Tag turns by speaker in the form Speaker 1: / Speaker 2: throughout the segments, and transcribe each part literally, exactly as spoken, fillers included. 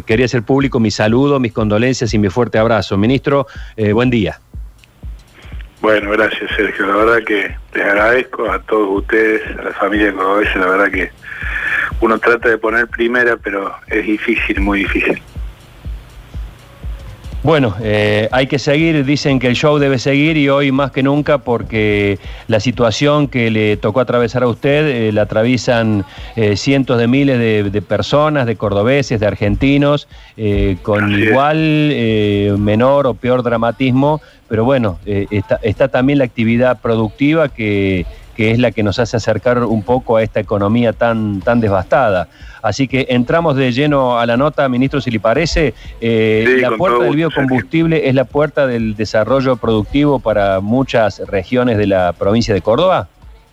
Speaker 1: quería hacer público mi saludo, mis condolencias y mi fuerte abrazo. Ministro, eh, buen día.
Speaker 2: Bueno, gracias, Sergio. La verdad que les agradezco a todos ustedes, a la familia cordobesa. La verdad que uno trata de poner primera, pero es difícil, muy difícil.
Speaker 1: Bueno, eh, hay que seguir, dicen que el show debe seguir y hoy más que nunca porque la situación que le tocó atravesar a usted eh, la atraviesan eh, cientos de miles de, de personas, de cordobeses, de argentinos, eh, con
Speaker 2: Así
Speaker 1: igual, eh, menor o peor dramatismo, pero bueno, eh, está, está también la actividad productiva que... que es la que nos hace acercar un poco a esta economía tan, tan devastada. Así que entramos de lleno a la nota, ministro, si le parece. Eh,
Speaker 2: sí,
Speaker 1: la puerta del
Speaker 2: gusto,
Speaker 1: biocombustible Sergio. ¿Es la puerta del desarrollo productivo para muchas regiones de la provincia de Córdoba?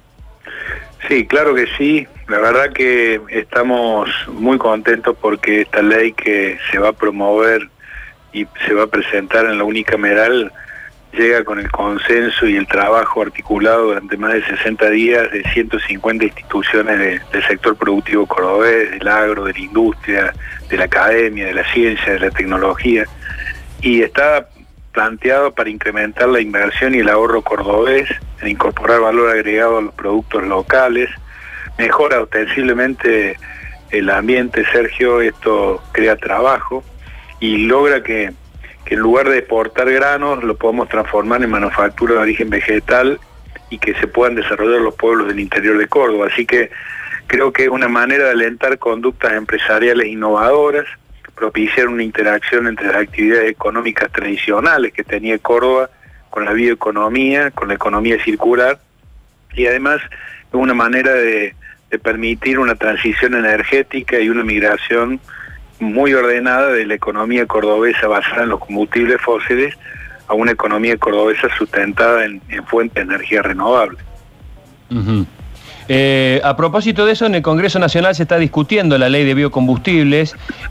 Speaker 2: Sí, claro que sí. La verdad que estamos muy contentos porque esta ley que se va a promover y se va a presentar en la unicameral llega con el consenso y el trabajo articulado durante más de sesenta días de ciento cincuenta instituciones de, del sector productivo cordobés, del agro, de la industria, de la academia, de la ciencia, de la tecnología, y está planteado para incrementar la inversión y el ahorro cordobés, en incorporar valor agregado a los productos locales, mejora ostensiblemente el ambiente, Sergio, esto crea trabajo y logra que que en lugar de exportar granos lo podamos transformar en manufactura de origen vegetal y que se puedan desarrollar los pueblos del interior de Córdoba. Así que creo que es una manera de alentar conductas empresariales innovadoras, propiciar una interacción entre las actividades económicas tradicionales que tenía Córdoba con la bioeconomía, con la economía circular, y además es una manera de, de permitir una transición energética y una migración muy ordenada de la economía cordobesa basada en los combustibles fósiles a una economía cordobesa sustentada en, en fuentes de energía renovable.
Speaker 1: Uh-huh. Eh, a propósito de eso, en el Congreso Nacional se está discutiendo la ley de biocombustibles.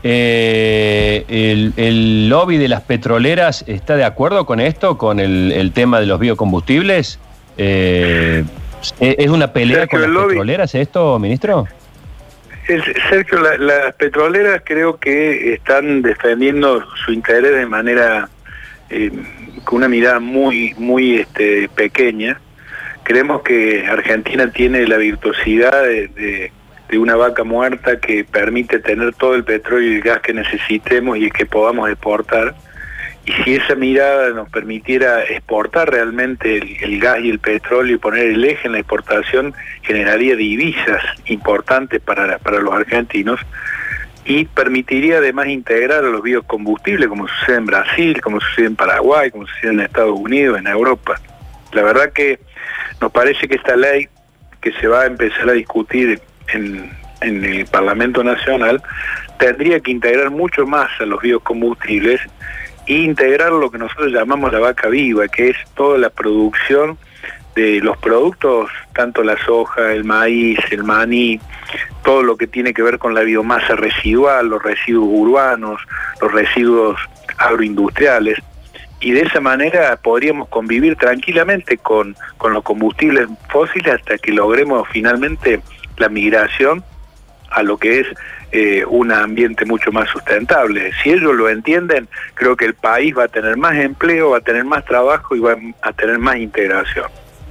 Speaker 1: Eh, el, el lobby de las petroleras está de acuerdo con esto, con el, el tema de los biocombustibles. Eh, ¿Es una pelea Sergio, con las lobby... petroleras esto, ministro?
Speaker 2: Sergio, la, las petroleras creo que están defendiendo su interés de manera eh, con una mirada muy muy este, pequeña. Creemos que Argentina tiene la virtuosidad de, de, de una vaca muerta que permite tener todo el petróleo y el gas que necesitemos y que podamos exportar. Y si esa mirada nos permitiera exportar realmente el, el gas y el petróleo y poner el eje en la exportación, generaría divisas importantes para, para los argentinos y permitiría además integrar a los biocombustibles, como sucede en Brasil, como sucede en Paraguay, como sucede en Estados Unidos, en Europa. La verdad que nos parece que esta ley que se va a empezar a discutir en, en el Parlamento Nacional tendría que integrar mucho más a los biocombustibles e integrar lo que nosotros llamamos la vaca viva, que es toda la producción de los productos, tanto la soja, el maíz, el maní, todo lo que tiene que ver con la biomasa residual, los residuos urbanos, los residuos agroindustriales, y de esa manera podríamos convivir tranquilamente con, con los combustibles fósiles hasta que logremos finalmente la migración a lo que es eh, un ambiente mucho más sustentable. Si ellos lo entienden, creo que el país va a tener más empleo, va a tener más trabajo y va a tener más integración.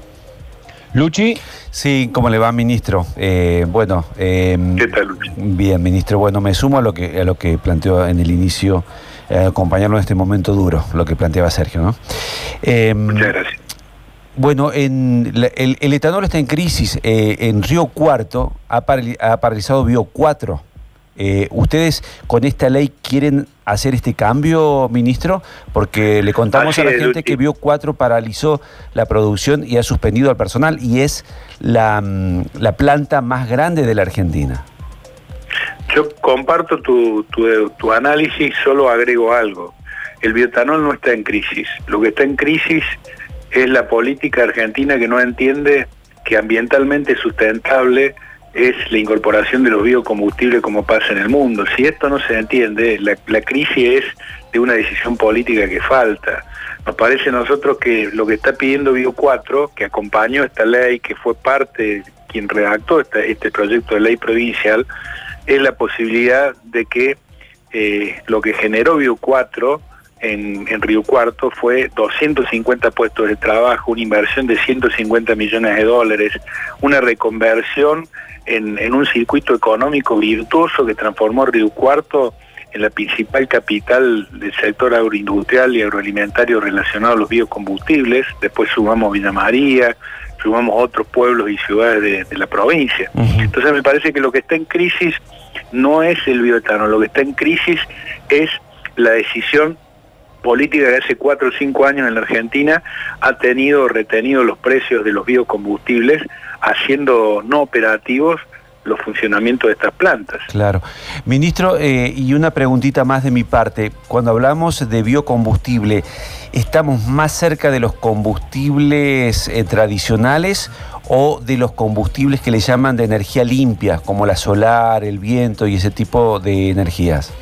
Speaker 1: Luchi.
Speaker 3: Sí, ¿cómo le va, ministro? Eh, bueno, eh,
Speaker 2: ¿qué tal, Luchi?
Speaker 3: Bien, ministro. Bueno, me sumo a lo que a lo que planteó en el inicio, eh, acompañarlo en este momento duro, lo que planteaba Sergio, ¿no? Eh,
Speaker 2: Muchas gracias.
Speaker 3: Bueno, en la, el, el etanol está en crisis. Eh, en Río Cuarto ha, parali ha paralizado Bio cuatro. Eh, ¿Ustedes con esta ley quieren hacer este cambio, ministro? Porque le contamos
Speaker 2: Así
Speaker 3: a la
Speaker 2: es,
Speaker 3: gente
Speaker 2: Luchi.
Speaker 3: que Bio cuatro paralizó la producción y ha suspendido al personal y es la, la planta más grande de la Argentina.
Speaker 2: Yo comparto tu, tu, tu análisis, solo agrego algo. El bioetanol no está en crisis. Lo que está en crisis es la política argentina que no entiende que ambientalmente sustentable es la incorporación de los biocombustibles como pasa en el mundo. Si esto no se entiende, la, la crisis es de una decisión política que falta. Nos parece a nosotros que lo que está pidiendo Bio cuatro, que acompañó esta ley, que fue parte, quien redactó esta, este proyecto de ley provincial, es la posibilidad de que eh, lo que generó Bio cuatro en, en Río Cuarto fue doscientos cincuenta puestos de trabajo, una inversión de ciento cincuenta millones de dólares, una reconversión en, en un circuito económico virtuoso que transformó Río Cuarto en la principal capital del sector agroindustrial y agroalimentario relacionado a los biocombustibles. Después sumamos Villa María, sumamos otros pueblos y ciudades de, de la provincia. Uh-huh. Entonces me parece que lo que está en crisis no es el bioetanol, lo que está en crisis es la decisión política que hace cuatro o cinco años en la Argentina ha tenido retenido los precios de los biocombustibles, haciendo no operativos los funcionamientos de estas plantas.
Speaker 3: Claro. Ministro, eh, y una preguntita más de mi parte. Cuando hablamos de biocombustible, ¿estamos más cerca de los combustibles eh, tradicionales o de los combustibles que le llaman de energía limpia, como la solar, el viento y ese tipo de energías?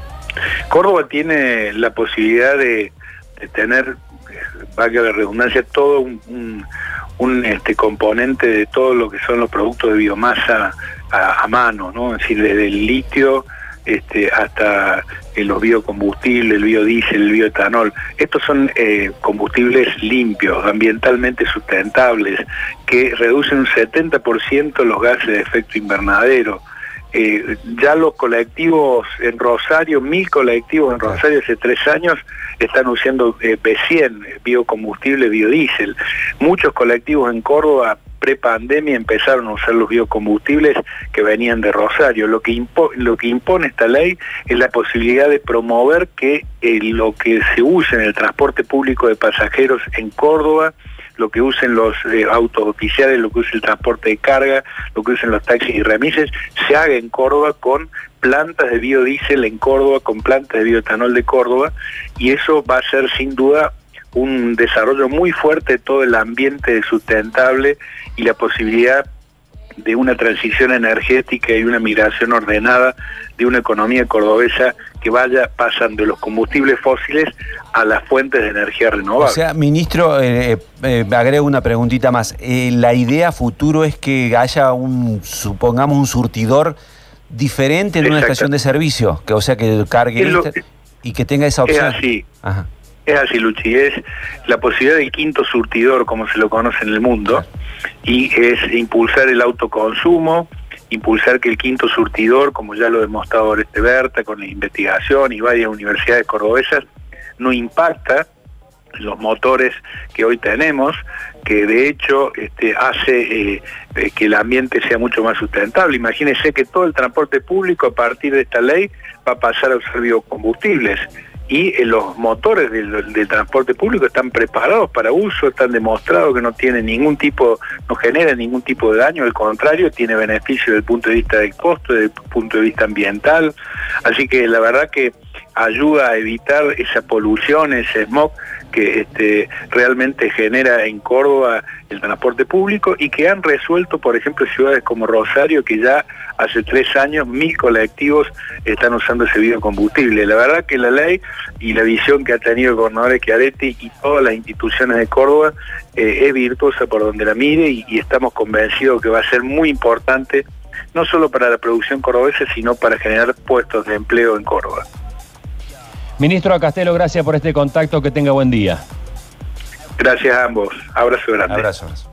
Speaker 2: Córdoba tiene la posibilidad de, de tener, valga la redundancia, todo un, un, un este, componente de todo lo que son los productos de biomasa a, a mano, ¿no? Es decir, desde el litio este, hasta eh, los biocombustibles, el biodiesel, el bioetanol. Estos son eh, combustibles limpios, ambientalmente sustentables, que reducen un setenta por ciento los gases de efecto invernadero. Eh, ya los colectivos en Rosario, mil colectivos en Rosario hace tres años están usando eh, B cien, biocombustible, biodiesel. Muchos colectivos en Córdoba pre-pandemia empezaron a usar los biocombustibles que venían de Rosario. Lo que, impo lo que impone esta ley es la posibilidad de promover que eh, lo que se use en el transporte público de pasajeros en Córdoba, lo que usen los eh, autos oficiales, lo que use el transporte de carga, lo que usen los taxis y remises, se haga en Córdoba con plantas de biodiesel en Córdoba, con plantas de bioetanol de Córdoba, y eso va a ser sin duda un desarrollo muy fuerte de todo el ambiente sustentable y la posibilidad de una transición energética y una migración ordenada de una economía cordobesa que vaya pasando de los combustibles fósiles a las fuentes de energía renovable.
Speaker 3: O sea, ministro, eh, eh, agrego una preguntita más. Eh, la idea futuro es que haya un, supongamos, un surtidor diferente en una estación de servicio, que o sea, que cargue
Speaker 2: lo,
Speaker 3: este, y que tenga esa opción.
Speaker 2: Es así.
Speaker 3: Ajá.
Speaker 2: Es así, Luchi, es la posibilidad del quinto surtidor, como se lo conoce en el mundo, y es impulsar el autoconsumo, impulsar que el quinto surtidor, como ya lo ha demostrado Oreste Berta con la investigación y varias universidades cordobesas, no impacta los motores que hoy tenemos, que de hecho este, hace eh, eh, que el ambiente sea mucho más sustentable. Imagínense que todo el transporte público a partir de esta ley va a pasar a usar biocombustibles. Y eh, los motores del, del transporte público están preparados para uso, están demostrados que no tienen ningún tipo, no generan ningún tipo de daño, al contrario, tiene beneficio desde el punto de vista del costo, desde el punto de vista ambiental. Así que la verdad que ayuda a evitar esa polución, ese smog que este, realmente genera en Córdoba el transporte público y que han resuelto, por ejemplo, ciudades como Rosario, que ya hace tres años mil colectivos están usando ese biocombustible. La verdad que la ley y la visión que ha tenido el gobernador Schiaretti y todas las instituciones de Córdoba eh, es virtuosa por donde la mire y, y estamos convencidos que va a ser muy importante, no solo para la producción cordobesa, sino para generar puestos de empleo en Córdoba.
Speaker 1: Ministro Castelo, gracias por este contacto, que tenga buen día.
Speaker 2: Gracias a ambos. Abrazo grande.
Speaker 3: Abrazo.